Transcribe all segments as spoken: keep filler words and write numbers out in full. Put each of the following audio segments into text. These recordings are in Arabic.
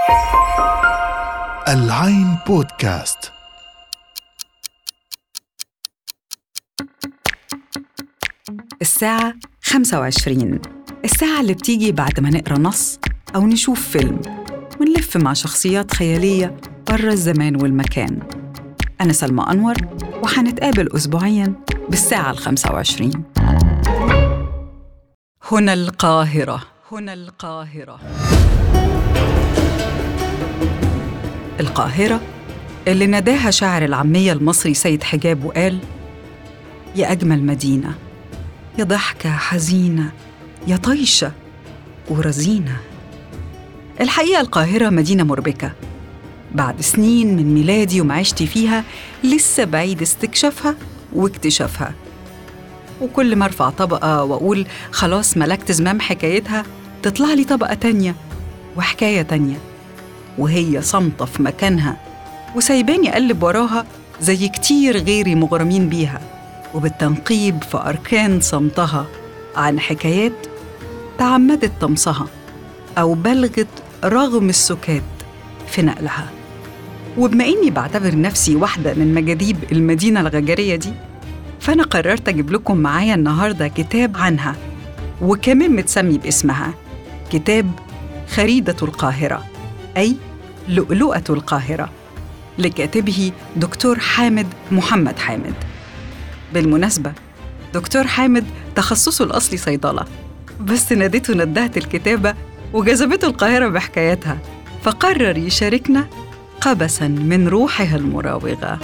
العين بودكاست. الساعة خمسة وعشرين، الساعة اللي بتيجي بعد ما نقرأ نص أو نشوف فيلم ونلف مع شخصيات خيالية برا الزمان والمكان. أنا سلمى أنور، وحنتقابل أسبوعياً بالساعة الخمسة وعشرين. هنا القاهرة. هنا القاهرة. القاهرة اللي ناداها شاعر العامية المصري سيد حجاب وقال: يا أجمل مدينة، يا ضحكة حزينة، يا طيشة ورزينة. الحقيقة القاهرة مدينة مربكة، بعد سنين من ميلادي ومعيشتي فيها لسه بعيد استكشافها واكتشافها. وكل ما ارفع طبقة وأقول خلاص ملكت زمام حكايتها، تطلع لي طبقة تانية وحكاية تانية، وهي صامتة في مكانها وسايباني أقلب وراها زي كتير غيري مغرمين بيها، وبالتنقيب في أركان صمتها عن حكايات تعمدت طمسها أو بلغت رغم السكات في نقلها. وبما إني بعتبر نفسي واحدة من مجاذيب المدينة الغجرية دي، فأنا قررت أجيب لكم معايا النهاردة كتاب عنها، وكمان متسمي باسمها، كتاب خريدة القاهرة، أي لؤلؤة القاهرة، لكاتبه دكتور حامد محمد حامد. بالمناسبة دكتور حامد تخصصه الأصلي صيدلة، بس نادته ندهة الكتابة وجذبته القاهرة بحكاياتها، فقرر يشاركنا قبساً من روحها المراوغة.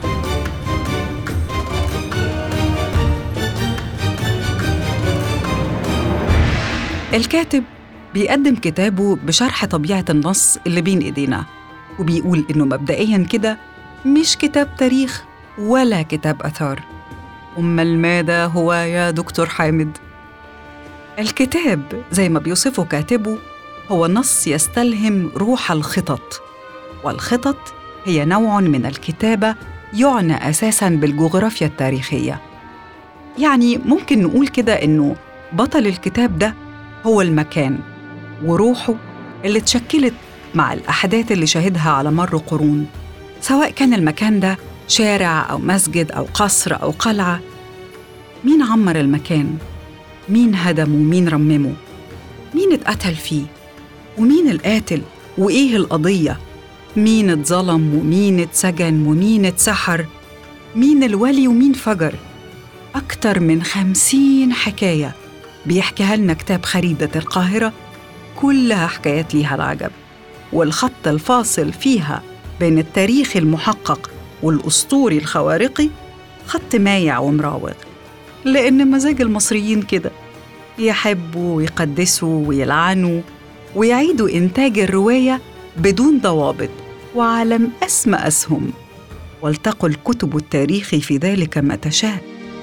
الكاتب بيقدم كتابه بشرح طبيعة النص اللي بين إيدينا، وبيقول إنه مبدئياً كده مش كتاب تاريخ ولا كتاب أثار. أمال ماذا هو يا دكتور حامد؟ الكتاب زي ما بيوصفه كاتبه هو نص يستلهم روح الخطط، والخطط هي نوع من الكتابة يعنى أساساً بالجغرافيا التاريخية. يعني ممكن نقول كده إنه بطل الكتاب ده هو المكان وروحه اللي اتشكلت مع الأحداث اللي شاهدها على مر قرون، سواء كان المكان ده شارع أو مسجد أو قصر أو قلعة. مين عمر المكان؟ مين هدمه ومين رممه؟ مين اتقتل فيه؟ ومين القاتل؟ وإيه القضية؟ مين اتظلم ومين اتسجن ومين اتسحر؟ مين الولي ومين فجر؟ أكتر من خمسين حكاية بيحكيها لنا كتاب خريدة القاهرة، كلها حكايات ليها العجب، والخط الفاصل فيها بين التاريخ المحقق والأسطوري الخوارقي خط مايع ومراوغ، لأن مزاج المصريين كده، يحبوا ويقدسوا ويلعنوا ويعيدوا إنتاج الرواية بدون ضوابط وعلى أسمى أسهم، ولتقل كتب التاريخ في ذلك ما تشاء.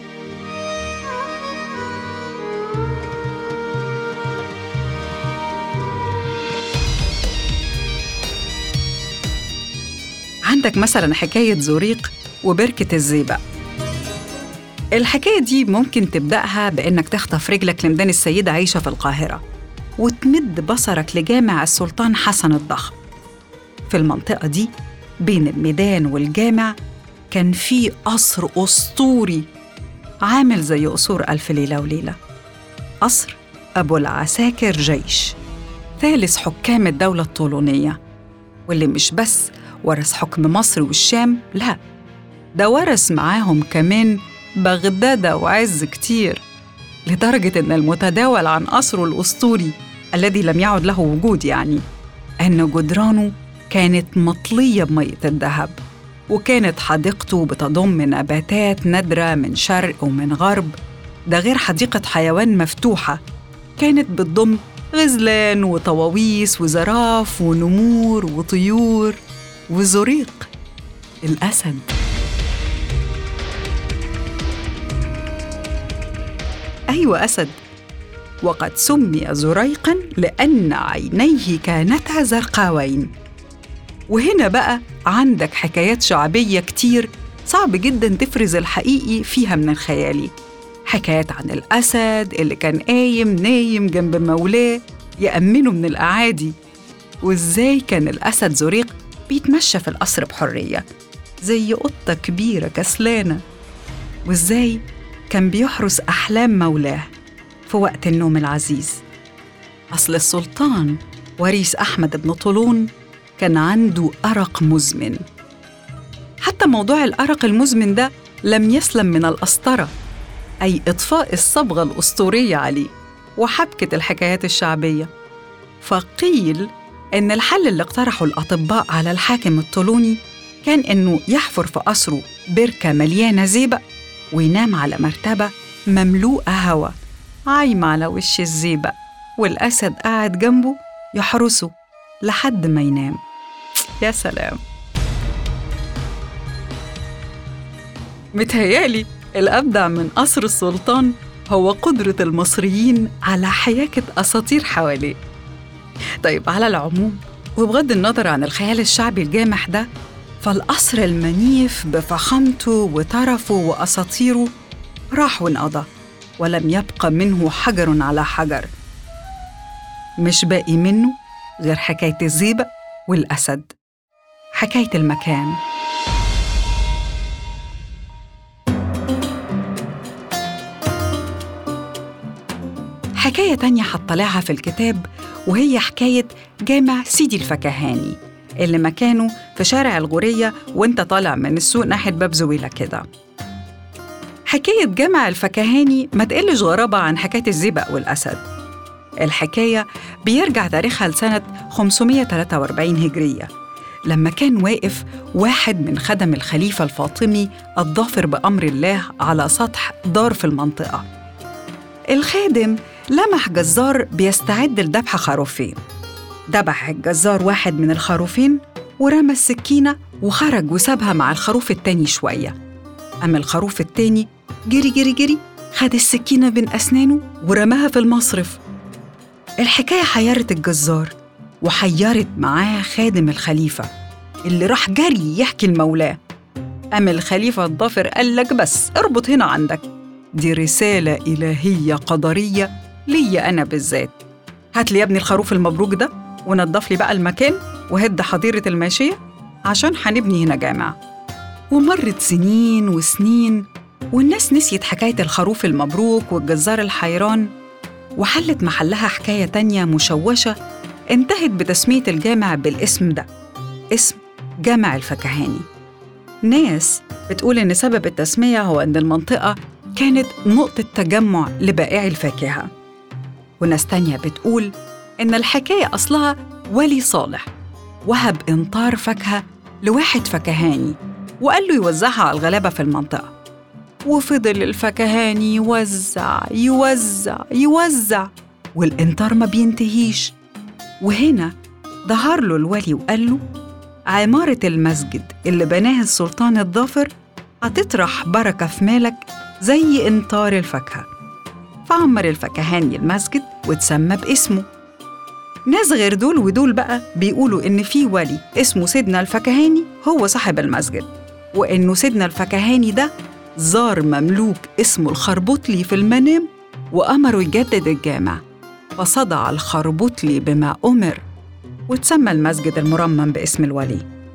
عندك مثلاً حكاية زوريق وبركة الزيبق. الحكاية دي ممكن تبدأها بإنك تخطف رجلك لميدان السيدة عيشة في القاهرة وتمد بصرك لجامع السلطان حسن الضخم. في المنطقة دي بين الميدان والجامع كان في قصر أسطوري عامل زي قصور ألف ليلة وليلة، قصر أبو العساكر جيش، ثالث حكام الدولة الطولونية، واللي مش بس ورث حكم مصر والشام، لا ده ورث معاهم كمان بغداد وعز كتير، لدرجة إن المتداول عن قصره الأسطوري الذي لم يعد له وجود، يعني أن جدرانه كانت مطلية بمية الذهب، وكانت حديقته بتضم نباتات نادرة من شرق ومن غرب، ده غير حديقة حيوان مفتوحة كانت بتضم غزلان وطواويس وزراف ونمور وطيور وزريق الأسد. أيوة أسد، وقد سمي زريقاً لأن عينيه كانتا زرقاوين. وهنا بقى عندك حكايات شعبية كتير صعب جداً تفرز الحقيقي فيها من الخيالي. حكايات عن الأسد اللي كان قايم نايم جنب مولاه يأمنه من الأعادي، وإزاي كان الأسد زريق بيتمشى في القصر بحرية زي قطة كبيرة كسلانة، وإزاي كان بيحرس أحلام مولاه في وقت النوم العزيز. أصل السلطان وريث أحمد بن طولون كان عنده أرق مزمن. حتى موضوع الأرق المزمن ده لم يسلم من الأسطرة، أي إطفاء الصبغة الأسطورية عليه وحبكة الحكايات الشعبية. فقيل إن الحل اللي اقترحه الأطباء على الحاكم الطولوني كان إنه يحفر في قصره بركة مليانة زيبق وينام على مرتبة مملوءة هوا عايمة على وش الزيبق، والأسد قاعد جنبه يحرسه لحد ما ينام. يا سلام! متهيالي الأبدع من قصر السلطان هو قدرة المصريين على حياكة أساطير حواليه. طيب على العموم، وبغض النظر عن الخيال الشعبي الجامح ده، فالقصر المنيف بفخامته وترفه وأساطيره راح وانقضى، ولم يبقى منه حجر على حجر. مش باقي منه غير حكاية الزيبق والأسد، حكاية المكان. حكاية تانية هطلعها في الكتاب، وهي حكاية جامع سيدي الفكهاني اللي مكانه في شارع الغورية وانت طالع من السوق ناحية باب زويلة كده. حكاية جامع الفكهاني ما تقلش غرابة عن حكاية الزيبق والأسد. الحكاية بيرجع تاريخها لسنة خمسمائة وثلاثة وأربعين هجرية، لما كان واقف واحد من خدم الخليفة الفاطمي الظافر بأمر الله على سطح دار في المنطقة. الخادم لمح جزار بيستعد لذبح خروفين. ذبح الجزار واحد من الخروفين ورمى السكينة وخرج وسابها مع الخروف التاني شوية. أما الخروف التاني جري جري جري، خد السكينة بين أسنانه ورماها في المصرف. الحكاية حيرت الجزار وحيرت معاه خادم الخليفة اللي راح جري يحكي لمولاه. أما الخليفة الظافر قال لك بس اربط هنا عندك، دي رسالة إلهية قدرية ليا أنا بالذات. هات لي يا ابني الخروف المبروك ده ونضف لي بقى المكان وهد حظيرة الماشية عشان هنبني هنا جامع. ومرت سنين وسنين والناس نسيت حكاية الخروف المبروك والجزار الحيران، وحلت محلها حكاية تانية مشوشة انتهت بتسمية الجامع بالاسم ده، اسم جامع الفكهاني. ناس بتقول إن سبب التسمية هو إن المنطقة كانت نقطة تجمع لبائعي الفاكهة، وناس تانية بتقول إن الحكاية أصلها ولي صالح وهب إنطار فاكهة لواحد فكهاني وقال له يوزعها على الغلابة في المنطقة، وفضل الفكهاني يوزع يوزع يوزع والإنطار ما بينتهيش. وهنا ظهر له الولي وقال له عمارة المسجد اللي بناه السلطان الظافر هتطرح بركة في مالك زي إنطار الفاكهة. فعمر الفكهاني المسجد وتسمى باسمه. ناس غير دول ودول بقى بيقولوا إن في ولي اسمه سيدنا الفكهاني هو صاحب المسجد، وإنه سيدنا الفكهاني ده زار مملوك اسمه الخربوطلي في المنام وأمره يجدد الجامع، فصدع الخربوطلي بما أمر وتسمى المسجد المرمم باسم الولي.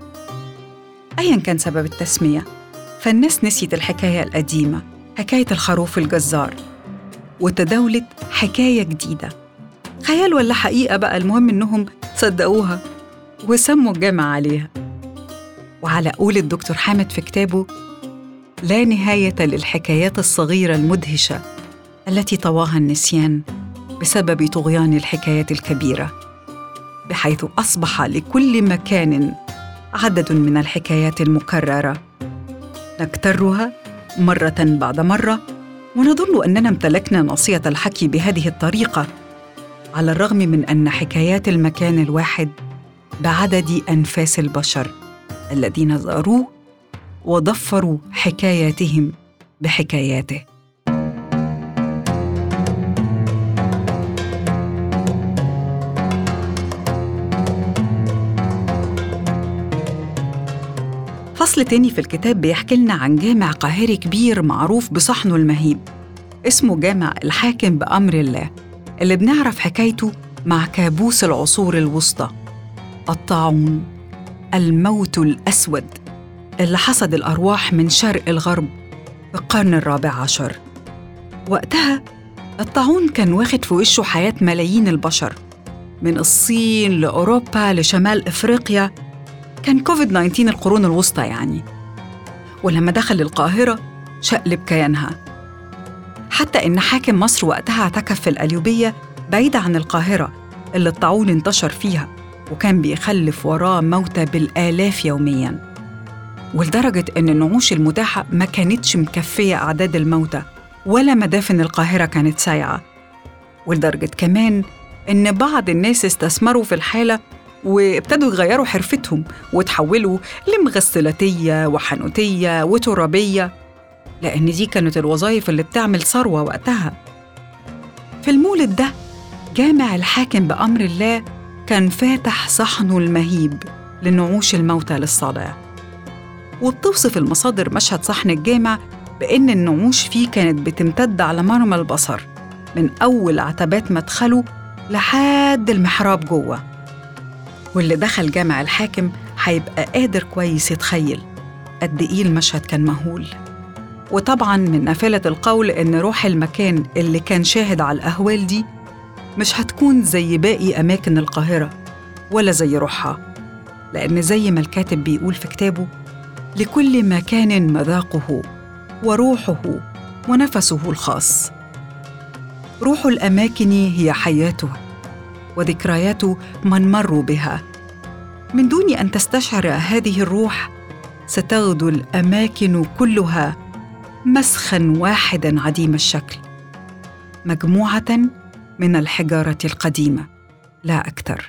أياً كان سبب التسمية، فالناس نسيت الحكاية القديمة، حكاية الخروف الجزار، وتداولت حكاية جديدة، خيال ولا حقيقة بقى، المهم إنهم صدقوها وسموا الجامع عليها. وعلى قول الدكتور حامد في كتابه لا نهاية للحكايات الصغيرة المدهشة التي طواها النسيان بسبب طغيان الحكايات الكبيرة، بحيث أصبح لكل مكان عدد من الحكايات المكررة نكترها مرة بعد مرة، ونظن أننا امتلكنا نصية الحكي بهذه الطريقة، على الرغم من أن حكايات المكان الواحد بعدد أنفاس البشر الذين زاروه وضفروا حكاياتهم بحكاياته. فصل تاني في الكتاب بيحكي لنا عن جامع قاهري كبير معروف بصحنه المهيب، اسمه جامع الحاكم بأمر الله، اللي بنعرف حكايته مع كابوس العصور الوسطى الطاعون، الموت الأسود اللي حصد الأرواح من شرق الغرب في القرن الرابع عشر. وقتها الطاعون كان واخد في وشه حياة ملايين البشر، من الصين لأوروبا لشمال إفريقيا. كان كوفيد تسعة عشر القرون الوسطى يعني. ولما دخل القاهرة شقلب كيانها، حتى إن حاكم مصر وقتها اعتكف في القليوبية بعيدة عن القاهرة اللي الطاعون انتشر فيها، وكان بيخلف وراه موتى بالآلاف يومياً. ولدرجة إن النعوش المتاحة ما كانتش مكفية أعداد الموتى، ولا مدافن القاهرة كانت سايعة. ولدرجة كمان إن بعض الناس استثمروا في الحالة وابتدوا يغيروا حرفتهم وتحولوا لمغسلاتية وحنوتية وترابية، لأن دي كانت الوظائف اللي بتعمل ثروة وقتها. في المولد ده جامع الحاكم بأمر الله كان فاتح صحنه المهيب لنعوش الموتى للصلاة. وبتوصف المصادر مشهد صحن الجامع بأن النعوش فيه كانت بتمتد على مرمى البصر، من أول عتبات مدخله لحد المحراب جوه. واللي دخل جامع الحاكم هيبقى قادر كويس يتخيل قد إيه المشهد كان مهول. وطبعاً من نافلة القول إن روح المكان اللي كان شاهد على الأهوال دي مش هتكون زي باقي أماكن القاهرة ولا زي روحها، لأن زي ما الكاتب بيقول في كتابه: لكل مكان مذاقه وروحه ونفسه الخاص. روح الأماكن هي حياته وذكريات من مروا بها. من دون أن تستشعر هذه الروح ستغدو الأماكن كلها مسخاً واحداً عديم الشكل، مجموعة من الحجارة القديمة لا أكثر.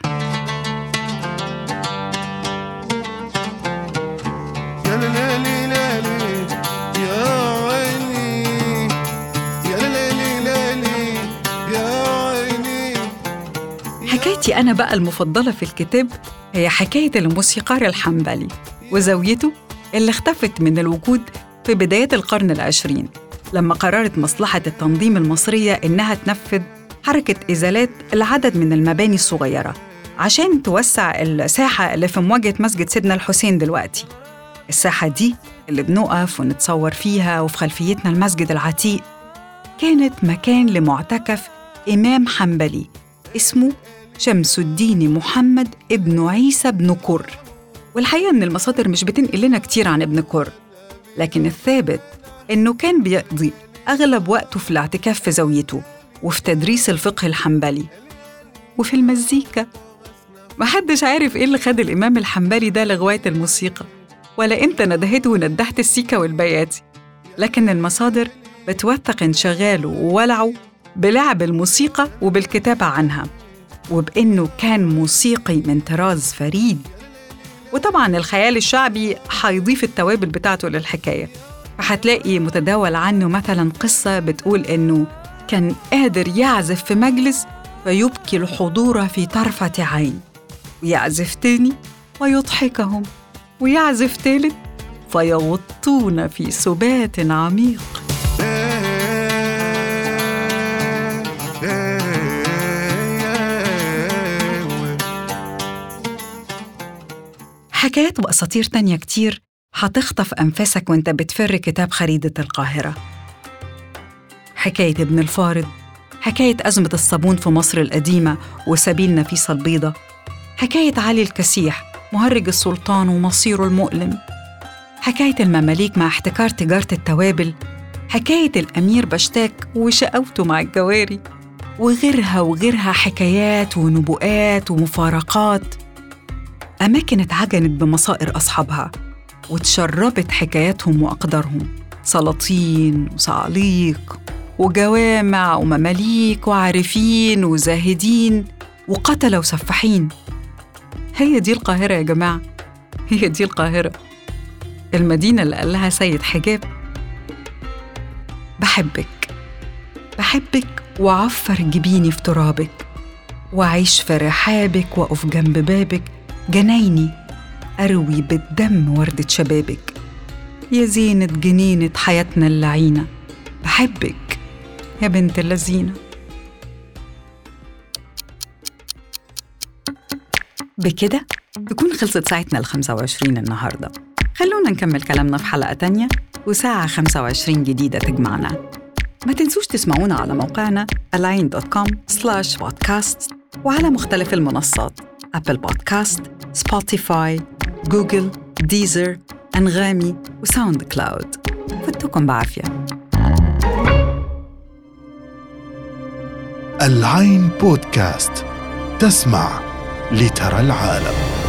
حكايتي أنا بقى المفضلة في الكتاب هي حكاية الموسيقار الحنبلي وزوجته اللي اختفت من الوجود في بداية القرن العشرين، لما قررت مصلحة التنظيم المصرية إنها تنفذ حركة إزالات العدد من المباني الصغيرة عشان توسع الساحة اللي في مواجهة مسجد سيدنا الحسين دلوقتي. الساحة دي اللي بنقف ونتصور فيها وفي خلفيتنا المسجد العتيق كانت مكان لمعتكف إمام حنبلي اسمه شمس الدين محمد ابن عيسى بن كر. والحقيقة إن المصادر مش بتنقل لنا كتير عن ابن كر، لكن الثابت إنه كان بيقضي أغلب وقته في الاعتكاف في زاويته وفي تدريس الفقه الحنبلي وفي المزيكا. محدش عارف إيه اللي خد الإمام الحنبلي ده لغواية الموسيقى، ولا إمتى ندهته وندهة السيكا والبياتي، لكن المصادر بتوثق انشغاله وولعه بلعب الموسيقى وبالكتابة عنها، وبإنه كان موسيقي من طراز فريد. وطبعاً الخيال الشعبي هيضيف التوابل بتاعته للحكاية، فهتلاقي متداول عنه مثلاً قصة بتقول إنه كان قادر يعزف في مجلس فيبكي الحضور في طرفة عين، ويعزف تاني ويضحكهم، ويعزف تالت فيغطون في سبات عميق. حكايات وأساطير تانية كتير هتخطف أنفاسك وانت بتفر كتاب خريدة القاهرة. حكاية ابن الفارض، حكاية أزمة الصابون في مصر القديمة وسبيل نفيسة البيضة، حكاية علي الكسيح مهرج السلطان ومصيره المؤلم، حكاية المماليك مع احتكار تجارة التوابل، حكاية الأمير بشتاك وشقاوته مع الجواري، وغيرها وغيرها حكايات ونبوءات ومفارقات. أماكن اتعجنت بمصائر أصحابها وتشربت حكاياتهم وأقدارهم، سلاطين وصعاليق وجوامع ومماليك وعارفين وزاهدين وقتلة وسفاحين. هي دي القاهرة يا جماعة، هي دي القاهرة، المدينة اللي قال لها سيد حجاب: بحبك بحبك وعفر جبيني في ترابك، وأعيش في رحابك وأقف جنب بابك، جنايني أروي بالدم وردة شبابك، يا زينة جنينة حياتنا اللعينة، بحبك يا بنت اللذينة. بكده تكون خلصت ساعتنا الخمسة وعشرين النهاردة. خلونا نكمل كلامنا في حلقة تانية وساعة خمسة وعشرين جديدة تجمعنا. ما تنسوش تسمعونا على موقعنا العين دوت كوم سلاش بودكاست وعلى مختلف المنصات أبل بودكاست، سبوتيفاي، جوجل، ديزر، أنغامي وساوند كلاود. فتكم بعافية. العين بودكاست، تسمع لترى العالم.